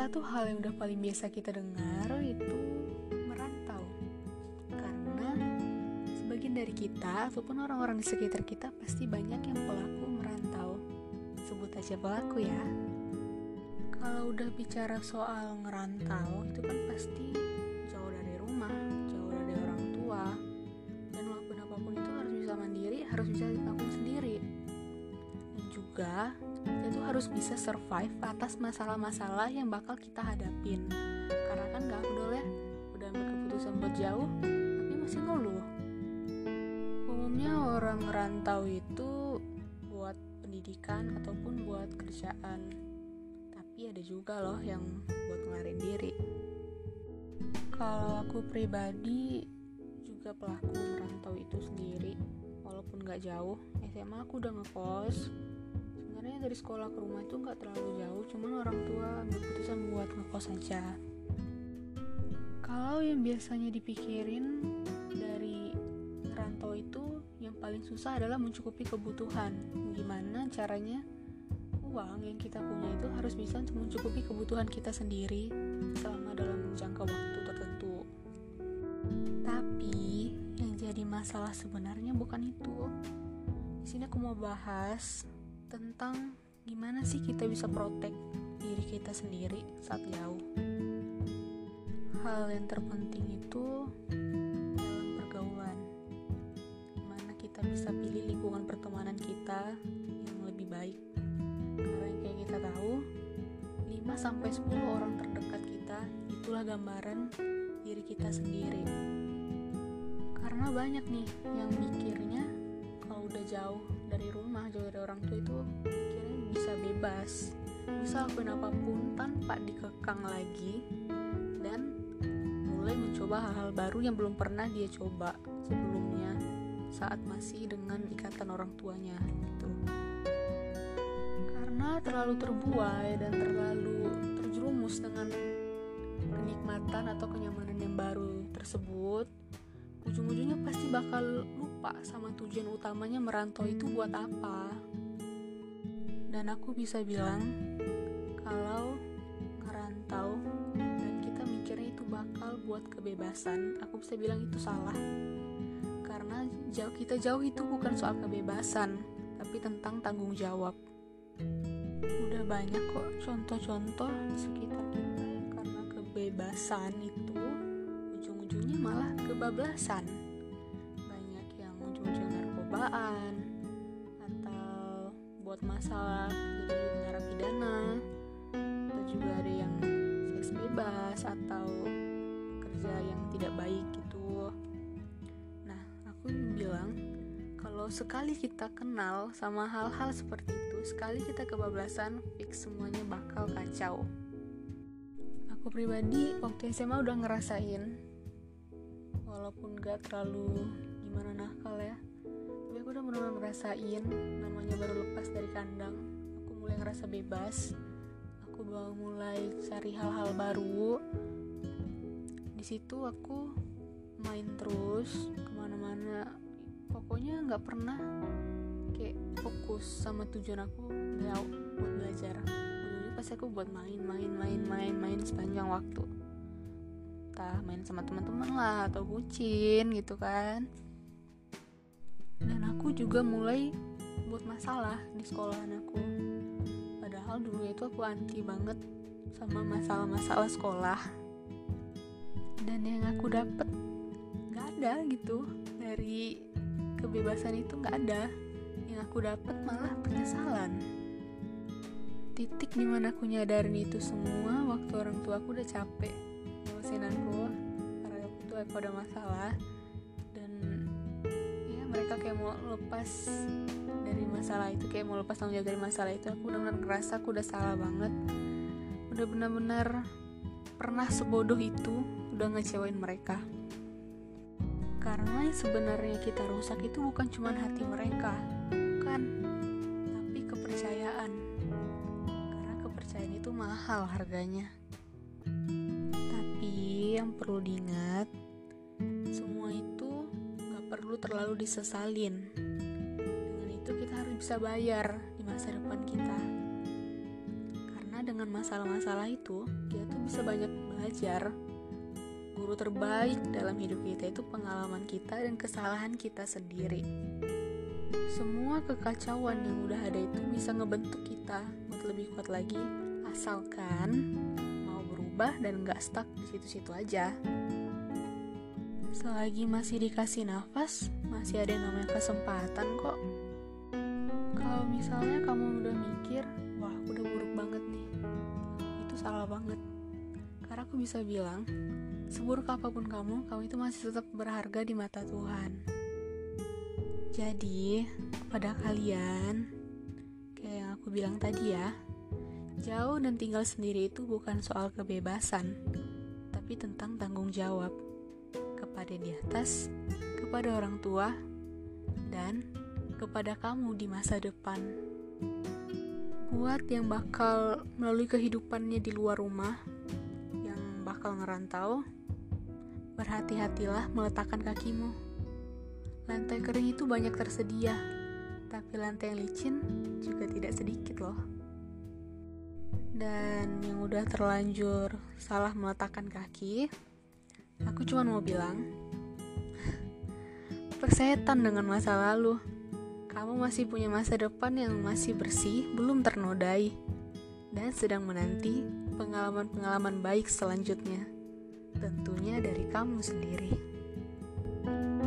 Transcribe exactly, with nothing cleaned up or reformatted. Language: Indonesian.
Satu hal yang udah paling biasa kita dengar itu merantau. Karena sebagian dari kita ataupun orang-orang di sekitar kita pasti banyak yang pelaku merantau. Sebut aja pelaku ya. Kalau udah bicara soal ngerantau, itu kan pasti jauh dari rumah, jauh dari orang tua. Dan walaupun apapun itu harus bisa mandiri, harus bisa dilakukan sendiri. Dan juga kita itu harus bisa survive atas masalah-masalah yang bakal kita hadapin. Karena kan gak afdol ya, udah ambil keputusan buat jauh, tapi masih ngeluh. Umumnya orang ngerantau itu buat pendidikan ataupun buat kerjaan. Tapi ada juga loh yang buat ngelarin diri. Kalau aku pribadi juga pelaku merantau itu sendiri. Walaupun gak jauh, S M A aku udah ngekos. Sebenarnya dari sekolah ke rumah itu gak terlalu jauh, cuman orang tua ambil keputusan buat ngekos aja. Kalau yang biasanya dipikirin dari ngerantau itu, yang paling susah adalah mencukupi kebutuhan. Gimana caranya uang yang kita punya itu harus bisa mencukupi kebutuhan kita sendiri selama dalam jangka waktu tertentu. Tapi yang jadi masalah sebenarnya bukan itu. Di sini aku mau bahas tentang gimana sih kita bisa protect diri kita sendiri saat jauh. Hal yang terpenting itu dalam pergaulan. Gimana kita bisa pilih lingkungan pertemanan kita yang lebih baik. Karena yang kayak kita tahu, lima sampai sepuluh orang terdekat kita itulah gambaran diri kita sendiri. Karena banyak nih yang mikirnya kalau udah jauh dari rumah, jauh dari orang tua itu mikirnya bisa bebas, bisa lakuin apapun tanpa dikekang lagi, dan mulai mencoba hal-hal baru yang belum pernah dia coba sebelumnya saat masih dengan ikatan orang tuanya gitu. Karena terlalu terbuai dan terlalu terjerumus dengan kenikmatan atau kenyamanan yang baru tersebut, ujung-ujungnya pasti bakal lupa sama tujuan utamanya merantau itu buat apa. Dan aku bisa bilang kalau ngerantau dan kita mikirnya itu bakal buat kebebasan, aku bisa bilang itu salah. Karena jauh kita jauh itu bukan soal kebebasan, tapi tentang tanggung jawab. Udah banyak kok contoh-contoh di sekitar kita yang karena kebebasan itu ujung-ujungnya malah kebablasan. Banyak yang ujung-ujungnya narkobaan atau buat masalah jadi narapidana, atau juga ada yang seks bebas atau kerja yang tidak baik gitu. Nah, aku bilang kalau sekali kita kenal sama hal-hal seperti itu, sekali kita kebablasan, fix semuanya bakal kacau. Aku pribadi waktu S M A udah ngerasain, walaupun gak terlalu gimana nakal ya, tapi aku udah benar-benar ngerasain namanya baru lepas dari kandang. Aku mulai ngerasa bebas, aku baru mulai cari hal-hal baru. Di situ aku main terus kemana-mana, pokoknya nggak pernah kayak fokus sama tujuan aku jauh buat belajar. Ujungnya pas aku buat main main main main main sepanjang waktu, entah main sama teman-teman lah atau bucin gitu kan. Dan aku juga mulai buat masalah di sekolahan aku, padahal dulu itu aku anti banget sama masalah-masalah sekolah. Dan yang aku dapet nggak ada gitu dari kebebasan itu, nggak ada. Yang aku dapet malah penyesalan. Titik dimana aku nyadarin itu semua waktu orang tua aku udah capek ngurusin aku, karena waktu itu aku ada masalah, dan ya mereka kayak mau lepas dari masalah itu, kayak mau lepas tanggung jawab dari masalah itu. Aku benar-benar ngerasa aku udah salah banget, udah benar-benar pernah sebodoh itu udah ngecewain mereka. Karena yang sebenarnya kita rusak itu bukan cuma hati mereka, bukan, tapi kepercayaan. Karena kepercayaan itu mahal harganya. Tapi yang perlu diingat, semua itu gak perlu terlalu disesalin. Dengan itu kita harus bisa bayar di masa depan kita. Karena dengan masalah-masalah itu, kita tuh bisa banyak belajar. Guru terbaik dalam hidup kita itu pengalaman kita dan kesalahan kita sendiri. Semua kekacauan yang udah ada itu bisa ngebentuk kita buat lebih kuat lagi, asalkan mau berubah dan gak stuck di situ-situ aja. Selagi masih dikasih nafas, masih ada yang namanya kesempatan kok. Kalau misalnya kamu udah mikir, wah aku udah buruk banget nih, itu salah banget. Karena aku bisa bilang, seburuk apapun kamu, kamu itu masih tetap berharga di mata Tuhan. Jadi, kepada kalian, kayak yang aku bilang tadi ya, jauh dan tinggal sendiri itu bukan soal kebebasan, tapi tentang tanggung jawab kepada di atas, kepada orang tua, dan kepada kamu di masa depan. Buat yang bakal melalui kehidupannya di luar rumah, yang bakal ngerantau, berhati-hatilah meletakkan kakimu. Lantai kering itu banyak tersedia, tapi lantai yang licin juga tidak sedikit loh. Dan yang udah terlanjur salah meletakkan kaki, aku cuma mau bilang, persetan dengan masa lalu. Kamu masih punya masa depan yang masih bersih, belum ternodai, dan sedang menanti pengalaman-pengalaman baik selanjutnya. Tentunya dari kamu sendiri.